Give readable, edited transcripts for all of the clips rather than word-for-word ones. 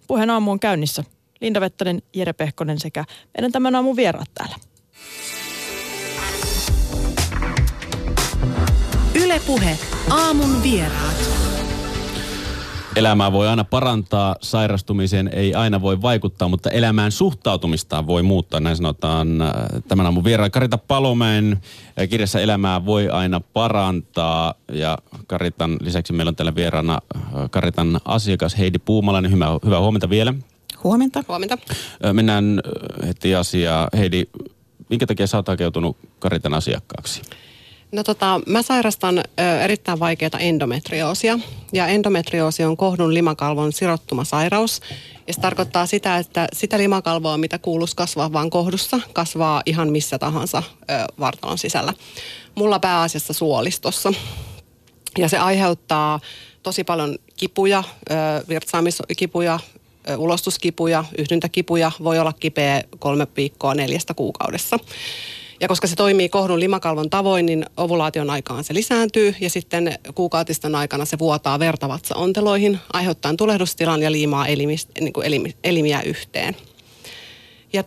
Puheen aamu on käynnissä. Linda Vettanen, Jere Pehkonen sekä meidän tämän aamun vieraat täällä. Yle Puhe, aamun vieraat. Elämää voi aina parantaa, sairastumiseen ei aina voi vaikuttaa, mutta elämään suhtautumistaan voi muuttaa. Näin sanotaan tämän aamun vieraan Karita Palomäen kirjassa Elämää voi aina parantaa. Ja Karitan lisäksi meillä on täällä vieraana Karitan asiakas Heidi Puumalainen. Hyvää huomenta vielä. Huomenta. Huomenta. Mennään heti asiaan. Heidi, minkä takia sä oot hakeutunut Karitan asiakkaaksi? No mä sairastan erittäin vaikeaa endometrioosia. Ja endometrioosi on kohdun limakalvon sirottumasairaus. Ja se tarkoittaa sitä, että sitä limakalvoa, mitä kuuluisi kasvaa vaan kohdussa, kasvaa ihan missä tahansa vartalon sisällä. Mulla pääasiassa suolistossa. Ja se aiheuttaa tosi paljon kipuja, virtsaamiskipuja, ulostuskipuja, yhdyntäkipuja. Voi olla kipeä 3 viikkoa 4 kuukaudessa. Ja koska se toimii kohdun limakalvon tavoin, niin ovulaation aikaan se lisääntyy ja sitten kuukautisten aikana se vuotaa vertavatsaonteloihin, aiheuttaen tulehdustilan ja liimaa elimiä yhteen. Ja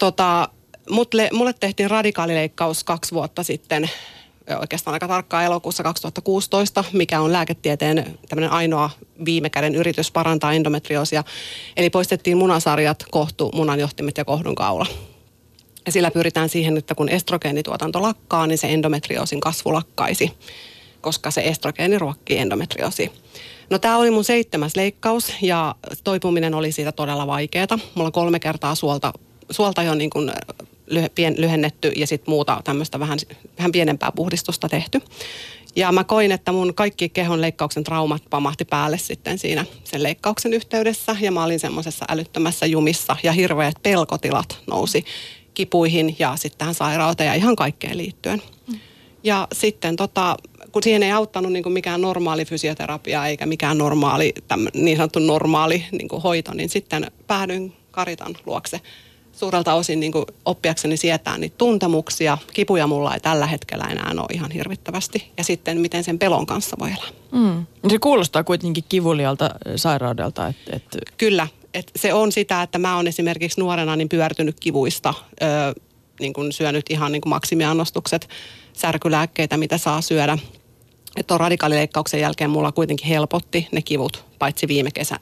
mulle tehtiin radikaalileikkaus 2 vuotta sitten, oikeastaan aika tarkkaan elokuussa 2016, mikä on lääketieteen tämmöinen ainoa viime käden yritys parantaa endometrioosia. Eli poistettiin munasarjat, kohtu, munanjohtimet ja kohdun kaula. Ja sillä pyritään siihen, että kun estrogeenituotanto lakkaa, niin se endometrioosin kasvu lakkaisi, koska se estrogeeni ruokkii endometrioosia. No tämä oli mun 7. leikkaus ja toipuminen oli siitä todella vaikeaa. Mulla on 3 kertaa suolta jo niin kuin lyhennetty ja sitten muuta tämmöistä vähän pienempää puhdistusta tehty. Ja mä koin, että mun kaikki kehon leikkauksen traumat pamahti päälle sitten siinä sen leikkauksen yhteydessä. Ja mä olin semmoisessa älyttömässä jumissa ja hirveät pelkotilat nousi kipuihin ja sitten tähän sairauteen ja ihan kaikkeen liittyen. Ja sitten kun siihen ei auttanut niin kuin mikään normaali fysioterapia eikä mikään normaali, niin sanottu normaali niin kuin hoito, niin sitten päädyin Karitan luokse suurelta osin niin kuin oppiakseni sietää niitä tuntemuksia. Kipuja mulla ei tällä hetkellä enää ole ihan hirvittävästi. Ja sitten miten sen pelon kanssa voi elää. Se kuulostaa kuitenkin kivulialta sairaudelta. Kyllä. Se on sitä, että mä oon esimerkiksi nuorena niin pyörtynyt kivuista, niin kuin syönyt ihan niin kuin maksimiannostukset, särkylääkkeitä, mitä saa syödä. Että radikaalileikkauksen jälkeen mulla kuitenkin helpotti ne kivut, paitsi viime kesä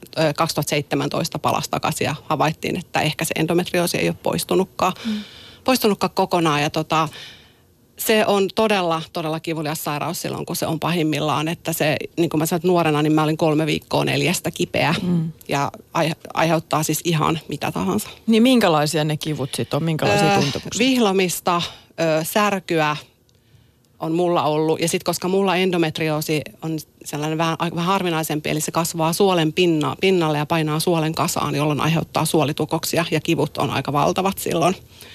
2017 palasi takaisin ja havaittiin, että ehkä se endometrioosi ei ole poistunutkaan kokonaan. Ja se on todella, todella kivulias sairaus silloin, kun se on pahimmillaan. Että se, niin kuin mä sanoin, nuorena, niin mä olin 3 viikkoa 4 kipeä ja aiheuttaa siis ihan mitä tahansa. Niin minkälaisia ne kivut sitten on? Minkälaisia tuntemuksia? Vihlomista, särkyä on mulla ollut. Ja sitten koska mulla endometrioosi on sellainen vähän harvinaisempi, eli se kasvaa suolen pinnalle ja painaa suolen kasaan, jolloin aiheuttaa suolitukoksia ja kivut on aika valtavat silloin.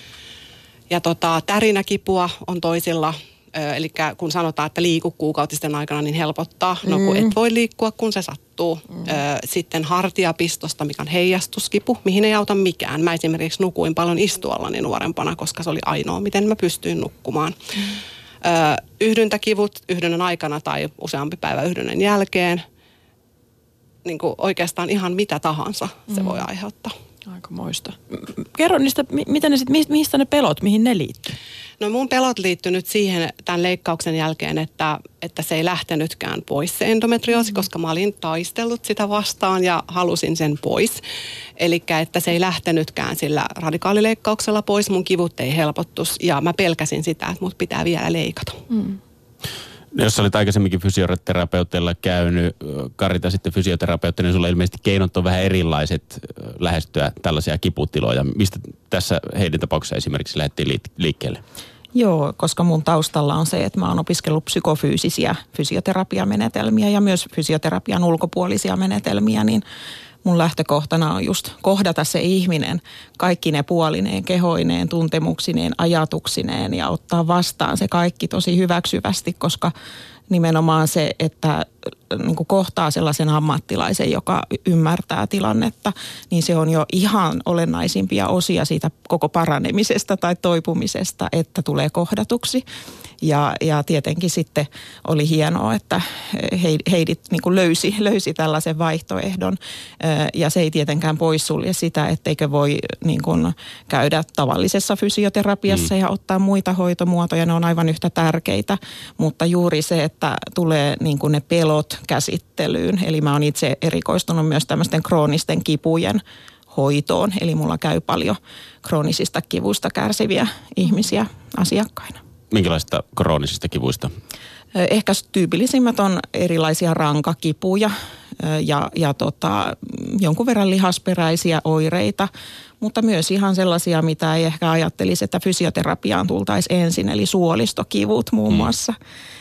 Ja tärinäkipua on toisilla, eli kun sanotaan, että liiku kuukautisten aikana, niin helpottaa. No kun et voi liikkua, kun se sattuu. Sitten hartiapistosta, mikä on heijastuskipu, mihin ei auta mikään. Mä esimerkiksi nukuin paljon istuallani nuorempana, koska se oli ainoa, miten mä pystyin nukkumaan. Yhdyntäkivut yhdynnän aikana tai useampi päivä yhdynnän jälkeen. Niin kuin oikeastaan ihan mitä tahansa se voi aiheuttaa. Aikamoista. Kerro niistä, mistä ne pelot, mihin ne liittyy? No mun pelot liittyy nyt siihen tämän leikkauksen jälkeen, että se ei lähtenytkään pois se endometrioosi, koska mä olin taistellut sitä vastaan ja halusin sen pois. Eli että se ei lähtenytkään sillä radikaalileikkauksella pois, mun kivut ei helpottus ja mä pelkäsin sitä, että mut pitää vielä leikata. Jos olit aikaisemminkin fysioterapeutilla käynyt, Karita sitten fysioterapeutti, niin sulla ilmeisesti keinot on vähän erilaiset lähestyä tällaisia kiputiloja. Mistä tässä Heidin tapauksessa esimerkiksi lähdettiin liikkeelle? Joo, koska mun taustalla on se, että mä oon opiskellut psykofyysisiä fysioterapiamenetelmiä ja myös fysioterapian ulkopuolisia menetelmiä, niin mun lähtökohtana on just kohdata se ihminen kaikki ne puolineen, kehoineen, tuntemuksineen, ajatuksineen ja ottaa vastaan se kaikki tosi hyväksyvästi, koska nimenomaan se, että niin kuin kohtaa sellaisen ammattilaisen, joka ymmärtää tilannetta, niin se on jo ihan olennaisimpia osia siitä koko paranemisesta tai toipumisesta, että tulee kohdatuksi. Ja tietenkin sitten oli hienoa, että Heidi niin kuin löysi tällaisen vaihtoehdon. Ja se ei tietenkään poissulje sitä, etteikö voi niin kuin käydä tavallisessa fysioterapiassa ja ottaa muita hoitomuotoja. Ne on aivan yhtä tärkeitä, mutta juuri se, että tulee niin kuin ne pelot käsittelyyn. Eli mä oon itse erikoistunut myös tämmöisten kroonisten kipujen hoitoon. Eli mulla käy paljon kroonisista kivuista kärsiviä ihmisiä asiakkaina. Minkälaista kroonisista kivuista? Ehkä tyypillisimmät on erilaisia rankakipuja ja jonkun verran lihasperäisiä oireita, mutta myös ihan sellaisia, mitä ei ehkä ajattelisi, että fysioterapiaan tultaisiin ensin, eli suolistokivut muun muassa.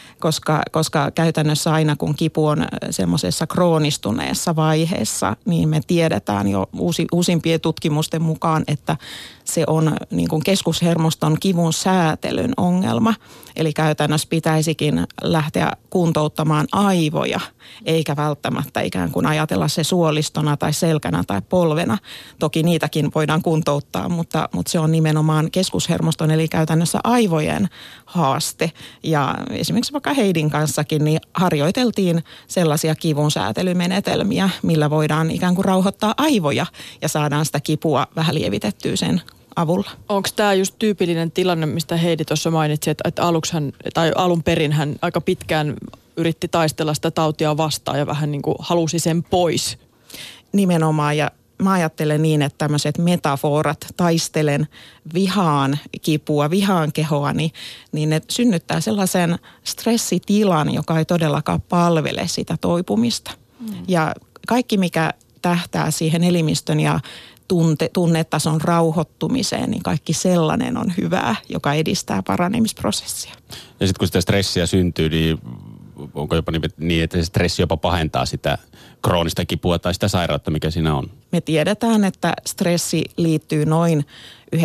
Koska käytännössä aina kun kipu on semmoisessa kroonistuneessa vaiheessa, niin me tiedetään jo uusimpien tutkimusten mukaan, että se on niin kuin keskushermoston kivun säätelyn ongelma. Eli käytännössä pitäisikin lähteä kuntouttamaan aivoja, eikä välttämättä ikään kuin ajatella se suolistona tai selkänä tai polvena. Toki niitäkin voidaan kuntouttaa, mutta se on nimenomaan keskushermoston eli käytännössä aivojen haaste. Ja esimerkiksi vaikka Heidin kanssakin niin harjoiteltiin sellaisia kivun säätelymenetelmiä, millä voidaan ikään kuin rauhoittaa aivoja ja saadaan sitä kipua vähän lievitettyä sen avulla. Onko tämä just tyypillinen tilanne, mistä Heidi tuossa mainitsi, että alun perin hän aika pitkään yritti taistella sitä tautia vastaan ja vähän niin kuin halusi sen pois? Nimenomaan, ja mä ajattelen niin, että tämmöiset metaforat, taistelen, vihaan kipua, vihaan kehoa, niin ne synnyttää sellaisen stressitilan, joka ei todellakaan palvele sitä toipumista. Ja kaikki, mikä tähtää siihen elimistön ja tunnetason rauhoittumiseen, niin kaikki sellainen on hyvää, joka edistää paranemisprosessia. Ja sitten kun sitä stressiä syntyy, niin onko jopa niin, että se stressi jopa pahentaa sitä kroonista kipua tai sitä sairautta, mikä siinä on? Me tiedetään, että stressi liittyy noin 90%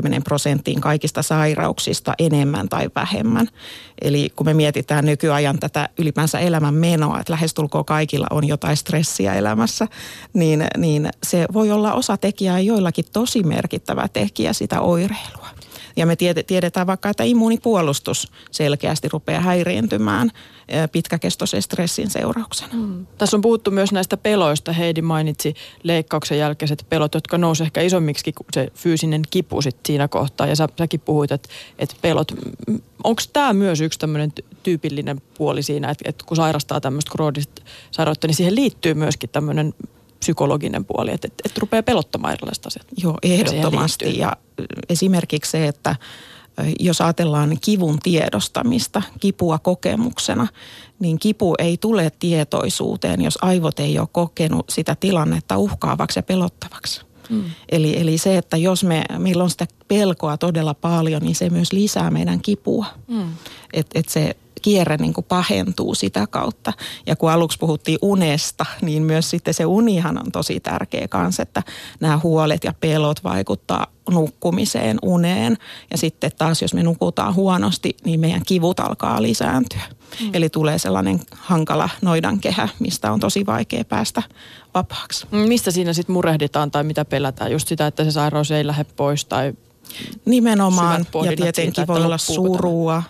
kaikista sairauksista enemmän tai vähemmän. Eli kun me mietitään nykyajan tätä ylipäänsä elämän menoa, että lähestulkoon kaikilla on jotain stressiä elämässä, niin se voi olla osatekijä ja joillakin tosi merkittävä tekijä sitä oireilua. Ja me tiedetään vaikka, että immuunipuolustus selkeästi rupeaa häiriintymään pitkäkestoisen stressin seurauksena. Tässä on puhuttu myös näistä peloista. Heidi mainitsi leikkauksen jälkeiset pelot, jotka nousi ehkä isommiksi kuin se fyysinen kipu sit siinä kohtaa. Ja säkin puhuit, että pelot. Onko tämä myös yksi tämmöinen tyypillinen puoli siinä, että kun sairastaa tämmöistä kroonista sairautta, niin siihen liittyy myöskin tämmöinen psykologinen puoli, että rupeaa pelottamaan erilaiset asiat? Joo, ehdottomasti. Ja esimerkiksi se, että jos ajatellaan kivun tiedostamista, kipua kokemuksena, niin kipu ei tule tietoisuuteen, jos aivot ei ole kokenut sitä tilannetta uhkaavaksi ja pelottavaksi. Eli se, että jos meillä on sitä pelkoa todella paljon, niin se myös lisää meidän kipua. Että se kierre niin kuin pahentuu sitä kautta. Ja kun aluksi puhuttiin unesta, niin myös sitten se unihan on tosi tärkeä kanssa, että nämä huolet ja pelot vaikuttaa nukkumiseen, uneen. Ja sitten taas, jos me nukutaan huonosti, niin meidän kivut alkaa lisääntyä. Eli tulee sellainen hankala noidankehä, mistä on tosi vaikea päästä vapaaksi. Mistä siinä sitten murehditaan tai mitä pelätään? Just sitä, että se sairaus ei lähde pois tai nimenomaan. Ja tietenkin siitä, voi olla surua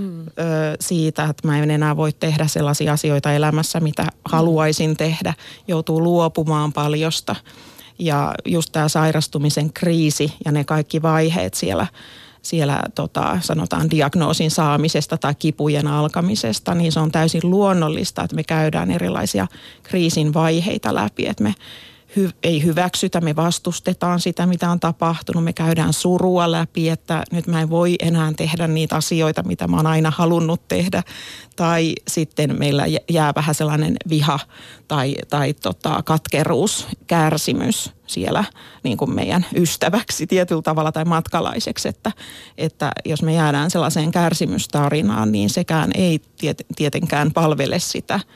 siitä, että mä en enää voi tehdä sellaisia asioita elämässä, mitä haluaisin tehdä. Joutuu luopumaan paljosta. Ja just tämä sairastumisen kriisi ja ne kaikki vaiheet siellä sanotaan diagnoosin saamisesta tai kipujen alkamisesta, niin se on täysin luonnollista, että me käydään erilaisia kriisin vaiheita läpi, että me ei hyväksytä, me vastustetaan sitä, mitä on tapahtunut, me käydään surua läpi, että nyt mä en voi enää tehdä niitä asioita, mitä mä oon aina halunnut tehdä, tai sitten meillä jää vähän sellainen viha tai katkeruus, kärsimys siellä niin kuin meidän ystäväksi tietyllä tavalla tai matkalaiseksi, että jos me jäädään sellaiseen kärsimystarinaan, niin sekään ei tietenkään palvele sitä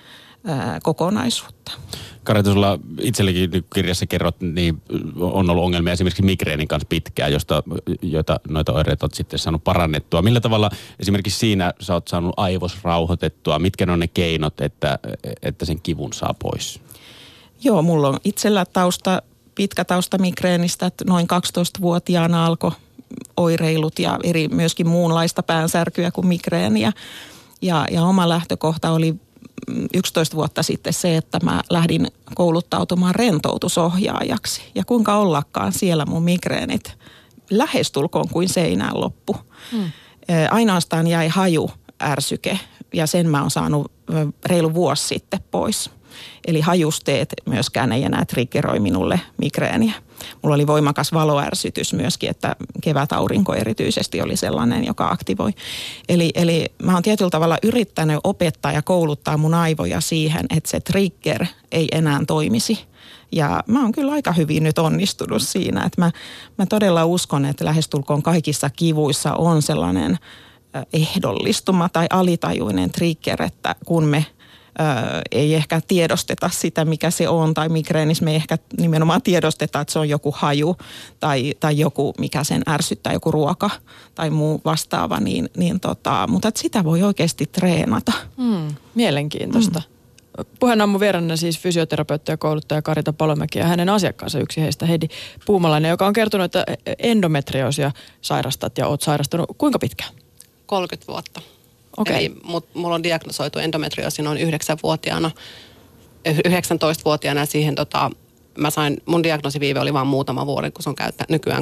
kokonaisuutta. Karita, sulla itsellekin kirjassa kerrot, niin on ollut ongelmia esimerkiksi migreenin kanssa pitkään, noita oireita olet sitten saanut parannettua. Millä tavalla esimerkiksi siinä sä oot saanut aivos rauhoitettua? Mitkä on ne keinot, että sen kivun saa pois? Joo, mulla on itsellä pitkä tausta migreenistä, että noin 12-vuotiaana alkoi oireilut ja myöskin muunlaista päänsärkyä kuin migreeniä. Ja oma lähtökohta oli 11 vuotta sitten se, että mä lähdin kouluttautumaan rentoutusohjaajaksi. Ja kuinka ollakaan siellä mun migreenit lähestulkoon kuin seinään loppu. Ainoastaan jäi hajuärsyke ja sen mä oon saanut reilu vuosi sitten pois. Eli hajusteet myöskään ei enää triggeroi minulle migreeniä. Mulla oli voimakas valoärsytys myöskin, että kevätaurinko erityisesti oli sellainen, joka aktivoi. Eli mä oon tietyllä tavalla yrittänyt opettaa ja kouluttaa mun aivoja siihen, että se trigger ei enää toimisi. Ja mä oon kyllä aika hyvin nyt onnistunut siinä, että mä todella uskon, että lähestulkoon kaikissa kivuissa on sellainen ehdollistuma tai alitajuinen trigger, että kun me ei ehkä tiedosteta sitä, mikä se on, tai migreenissä me ei ehkä nimenomaan tiedosteta, että se on joku haju tai joku, mikä sen ärsyttää, joku ruoka tai muu vastaava, mutta sitä voi oikeasti treenata. Mielenkiintoista. Puheenaamun vieraana siis fysioterapeutti ja kouluttaja Karita Palomäki ja hänen asiakkaansa yksi heistä Heidi Puumalainen, joka on kertonut, että endometrioosia sairastat ja oot sairastanut kuinka pitkään? 30 vuotta. Okay. Eli mulla on diagnosoitu endometrioosi noin 9-vuotiaana. 19-vuotiaana siihen mun diagnoosiviive oli vain muutama vuoden, kun se on nykyään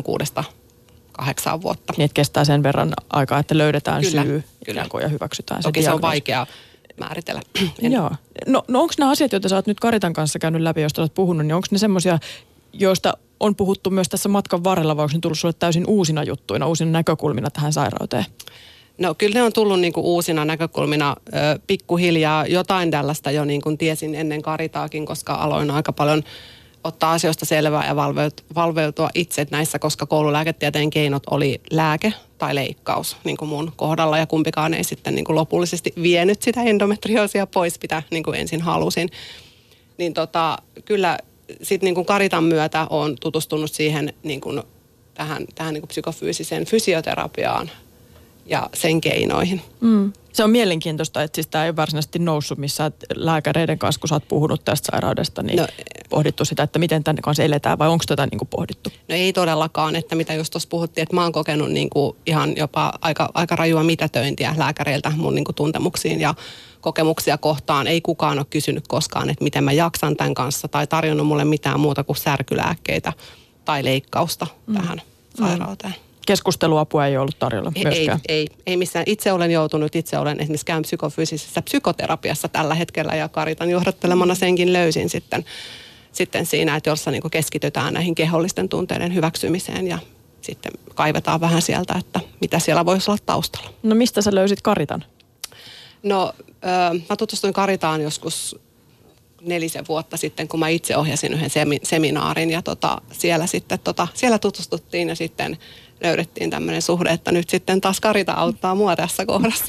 6-8 vuotta. Niin, että kestää sen verran aikaa, että löydetään kyllä, syy kyllä. Ja hyväksytään Toki se on vaikea määritellä. Joo. No onko nämä asiat, joita sä oot nyt Karitan kanssa käynyt läpi, joista olet puhunut, niin onko ne semmoisia, joista on puhuttu myös tässä matkan varrella, vai onko ne tullut sulle täysin uusina juttuina, uusina näkökulmina tähän sairauteen? No kyllä ne on tullut niinku uusina näkökulmina pikkuhiljaa. Jotain tällaista jo niin kuin tiesin ennen Karitaakin, koska aloin aika paljon ottaa asioista selvää ja valveutua itse näissä, koska koululääketieteen keinot oli lääke tai leikkaus niin kuin mun kohdalla. Ja kumpikaan ei sitten niin kuin lopullisesti vienyt sitä endometrioosia pois, mitä niin kuin ensin halusin. Niin kyllä sitten niin kuin Karitan myötä olen tutustunut siihen niin kuin tähän niin kuin psykofyysiseen fysioterapiaan ja sen keinoihin. Se on mielenkiintoista, että siis tämä ei ole varsinaisesti noussut missään lääkäreiden kanssa, kun sä oot puhunut tästä sairaudesta, niin pohdittu sitä, että miten tämän kanssa eletään, vai onko tätä niin kuin pohdittu? No ei todellakaan, että mitä just tuossa puhuttiin, että mä oon kokenut niin kuin ihan jopa aika rajua mitätöintiä lääkäreiltä mun niin kuin tuntemuksiin ja kokemuksia kohtaan. Ei kukaan ole kysynyt koskaan, että miten mä jaksan tämän kanssa tai tarjonnut mulle mitään muuta kuin särkylääkkeitä tai leikkausta tähän sairauteen. Keskusteluapua ei ollut tarjolla myöskään. Ei missään. Itse olen esimerkiksi käyn psykofyysisessä psykoterapiassa tällä hetkellä ja Karitan johdattelemana senkin löysin sitten siinä, että jossa niin kuin keskitytään näihin kehollisten tunteiden hyväksymiseen ja sitten kaivetaan vähän sieltä, että mitä siellä voisi olla taustalla. No mistä sä löysit Karitan? No mä tutustuin Karitaan joskus 4 vuotta sitten, kun mä itse ohjasin yhden seminaarin ja siellä sitten siellä tutustuttiin ja sitten löydettiin tämmöinen suhde, että nyt sitten taas Karita auttaa mua tässä kohdassa.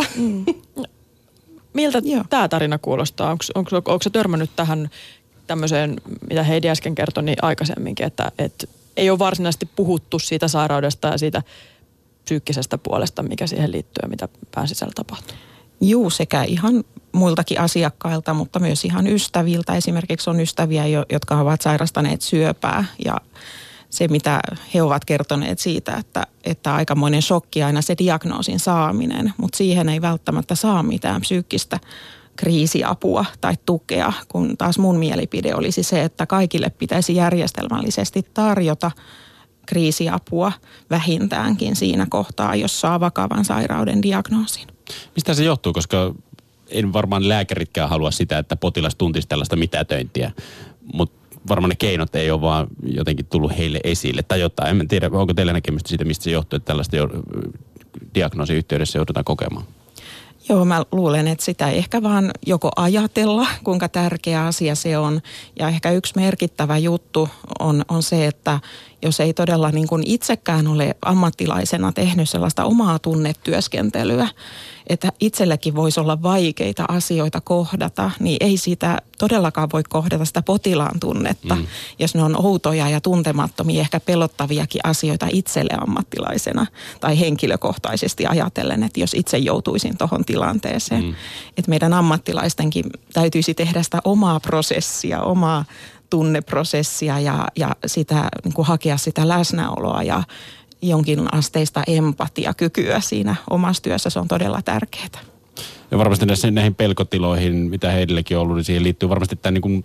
Miltä tämä tarina kuulostaa? Onko sä törmännyt tähän tämmöiseen, mitä Heidi äsken kertoi, niin aikaisemminkin, että ei ole varsinaisesti puhuttu siitä sairaudesta ja siitä psyykkisestä puolesta, mikä siihen liittyy ja mitä pään sisällä tapahtuu? Juu, sekä ihan muiltakin asiakkailta, mutta myös ihan ystäviltä. Esimerkiksi on ystäviä, jotka ovat sairastaneet syöpää ja se, mitä he ovat kertoneet siitä, että aikamoinen shokki aina se diagnoosin saaminen, mutta siihen ei välttämättä saa mitään psyykkistä kriisiapua tai tukea, kun taas mun mielipide olisi se, että kaikille pitäisi järjestelmällisesti tarjota kriisiapua vähintäänkin siinä kohtaa, jos saa vakavan sairauden diagnoosin. Mistä se johtuu, koska en varmaan lääkäritkään halua sitä, että potilas tuntisi tällaista mitätöintiä, mutta varmaan ne keinot ei ole vaan jotenkin tullut heille esille tai jotain. En tiedä, onko teillä näkemystä siitä, mistä se johtuu, että tällaista diagnoosin yhteydessä joudutaan kokemaan? Joo, mä luulen, että sitä ei ehkä vaan joko ajatella, kuinka tärkeä asia se on. Ja ehkä yksi merkittävä juttu on se, että jos ei todella niin kuin itsekään ole ammattilaisena tehnyt sellaista omaa tunnetyöskentelyä, että itsellekin voisi olla vaikeita asioita kohdata, niin ei sitä todellakaan voi kohdata sitä potilaan tunnetta, jos ne on outoja ja tuntemattomia, ehkä pelottaviakin asioita itselle ammattilaisena tai henkilökohtaisesti ajatellen, että jos itse joutuisin tuohon tilanteeseen. Että meidän ammattilaistenkin täytyisi tehdä sitä omaa prosessia, omaa tunneprosessia ja sitä, niin kuin hakea sitä läsnäoloa ja jonkin asteista empatiakykyä siinä omassa työssä. Se on todella tärkeää. Ja varmasti näihin pelkotiloihin, mitä heillekin on ollut, niin siihen liittyy varmasti tämä niin kuin,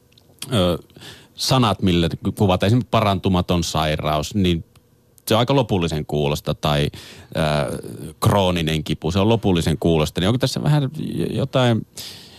sanat, millä kuvataan esimerkiksi parantumaton sairaus, niin se on aika lopullisen kuulosta, tai krooninen kipu, se on lopullisen kuulosta. Niin onko tässä vähän jotain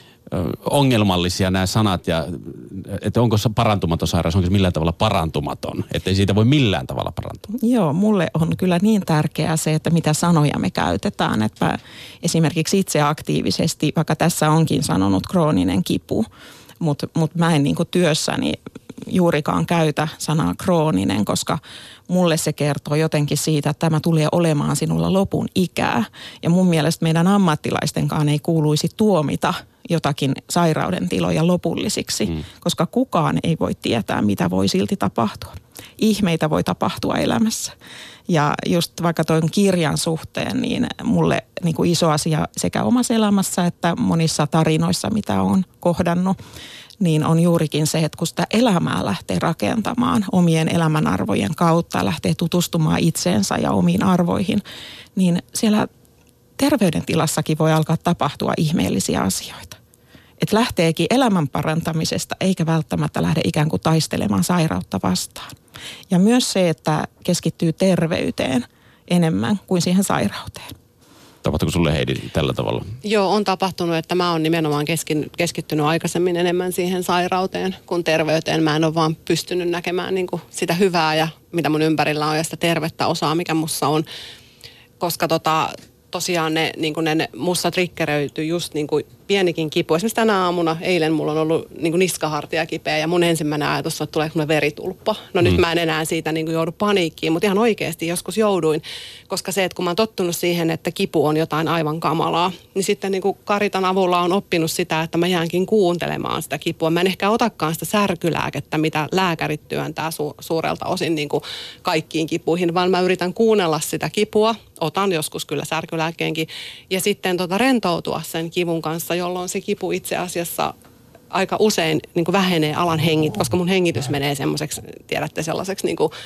ongelmallisia nämä sanat, ja että onko se parantumaton sairaus, onko se millään tavalla parantumaton, ettei siitä voi millään tavalla parantua? Joo, mulle on kyllä niin tärkeää se, että mitä sanoja me käytetään, että esimerkiksi itse aktiivisesti, vaikka tässä onkin sanonut krooninen kipu, mutta mä en niin kuin työssäni juurikaan käytä sanaa krooninen, koska mulle se kertoo jotenkin siitä, että tämä tulee olemaan sinulla lopun ikää. Ja mun mielestä meidän ammattilaistenkaan ei kuuluisi tuomita jotakin sairauden tiloja lopullisiksi, koska kukaan ei voi tietää, mitä voi silti tapahtua. Ihmeitä voi tapahtua elämässä. Ja just vaikka tuon kirjan suhteen, niin mulle niin kuin iso asia sekä omassa elämässä että monissa tarinoissa, mitä olen kohdannut, niin on juurikin se, että kun sitä elämää lähtee rakentamaan omien elämänarvojen kautta, lähtee tutustumaan itseensä ja omiin arvoihin, niin siellä terveydentilassakin voi alkaa tapahtua ihmeellisiä asioita. Että lähteekin elämän parantamisesta eikä välttämättä lähde ikään kuin taistelemaan sairautta vastaan. Ja myös se, että keskittyy terveyteen enemmän kuin siihen sairauteen. Tapahtuiko sulle, Heidi, tällä tavalla? Joo, on tapahtunut, että mä oon nimenomaan keskittynyt aikaisemmin enemmän siihen sairauteen kuin terveyteen. Mä en ole vaan pystynyt näkemään niin kuin sitä hyvää ja mitä mun ympärillä on ja sitä tervettä osaa, mikä mussa on. Koska tosiaan ne musta triggeröityy just niin kuin pienikin kipu. Esimerkiksi tänä aamuna, eilen mulla on ollut niin kuin niskahartia kipeä ja mun ensimmäinen ajatus on, että tuleeko mulle veritulppa. No nyt mä en enää siitä niin kuin joudu paniikkiin, mutta ihan oikeasti joskus jouduin. Koska se, että kun mä oon tottunut siihen, että kipu on jotain aivan kamalaa, niin sitten niin kuin Karitan avulla on oppinut sitä, että mä jäänkin kuuntelemaan sitä kipua. Mä en ehkä otakaan sitä särkylääkettä, mitä lääkärit työntää suurelta osin niin kuin kaikkiin kipuihin, vaan mä yritän kuunnella sitä kipua. Otan joskus kyllä särkylääkkeenkin ja sitten rentoutua sen kivun kanssa, jolloin se kipu itse asiassa aika usein niin kuin vähenee alan hengit, koska mun hengitys menee semmoiseksi, tiedätte, sellaiseksi niin kuin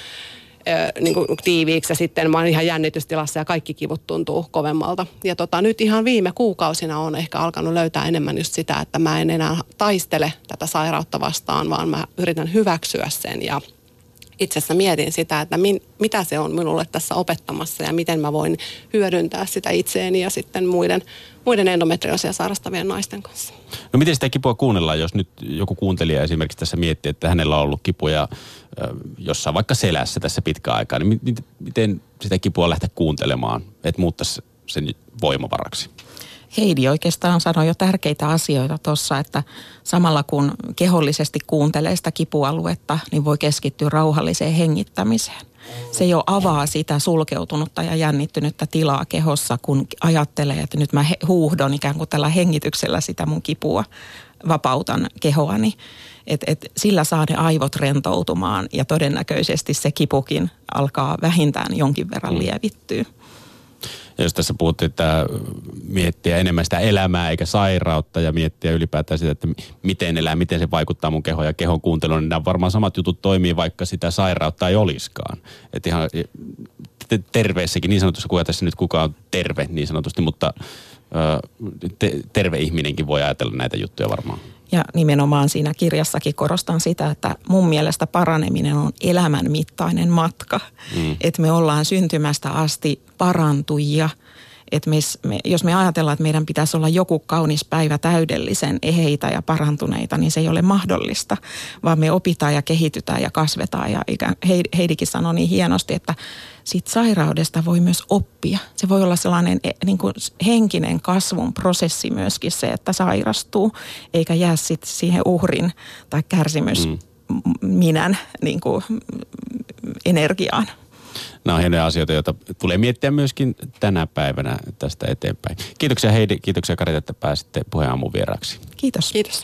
tiiviiksi ja sitten mä oon ihan jännitystilassa ja kaikki kivut tuntuu kovemmalta. Ja nyt ihan viime kuukausina on ehkä alkanut löytää enemmän just sitä, että mä en enää taistele tätä sairautta vastaan, vaan mä yritän hyväksyä sen ja itse asiassa mietin sitä, että mitä se on minulle tässä opettamassa ja miten mä voin hyödyntää sitä itseeni ja sitten muiden endometrioosia sairastavien naisten kanssa. No miten sitä kipua kuunnellaan, jos nyt joku kuuntelija esimerkiksi tässä miettii, että hänellä on ollut kipuja jossain vaikka selässä tässä pitkään aikaa, niin miten sitä kipua lähteä kuuntelemaan, että muuttaisi sen voimavaraksi? Heidi oikeastaan sanoi jo tärkeitä asioita tuossa, että samalla kun kehollisesti kuuntelee sitä kipualuetta, niin voi keskittyä rauhalliseen hengittämiseen. Se jo avaa sitä sulkeutunutta ja jännittynyttä tilaa kehossa, kun ajattelee, että nyt mä huuhdon ikään kuin tällä hengityksellä sitä mun kipua, vapautan kehoani. Et sillä saa ne aivot rentoutumaan ja todennäköisesti se kipukin alkaa vähintään jonkin verran lievittyä. Ja jos tässä puhuttiin, että miettiä enemmän sitä elämää eikä sairautta ja miettiä ylipäätään sitä, että miten elää, miten se vaikuttaa mun kehoon ja kehon kuunteluun, niin nämä varmaan samat jutut toimii, vaikka sitä sairautta ei olisikaan. Että ihan terveessäkin niin sanotussa, kun tässä nyt kukaan on terve niin sanotusti, mutta terve ihminenkin voi ajatella näitä juttuja varmaan. Ja nimenomaan siinä kirjassakin korostan sitä, että mun mielestä paraneminen on elämänmittainen matka. Että me ollaan syntymästä asti parantujia. Että jos me ajatellaan, että meidän pitäisi olla joku kaunis päivä täydellisen eheitä ja parantuneita, niin se ei ole mahdollista, vaan me opitaan ja kehitytään ja kasvetaan. Ja Heidikin sanoi niin hienosti, että siitä sairaudesta voi myös oppia. Se voi olla sellainen niin kuin henkinen kasvun prosessi myöskin se, että sairastuu, eikä jää sitten siihen uhrin tai kärsimysminän niin kuin energiaan. Nämä on hienoja asioita, joita tulee miettiä myöskin tänä päivänä tästä eteenpäin. Kiitoksia Heidi, kiitoksia Karita, että pääsitte Puheen aamun vieraaksi. Kiitos. Kiitos.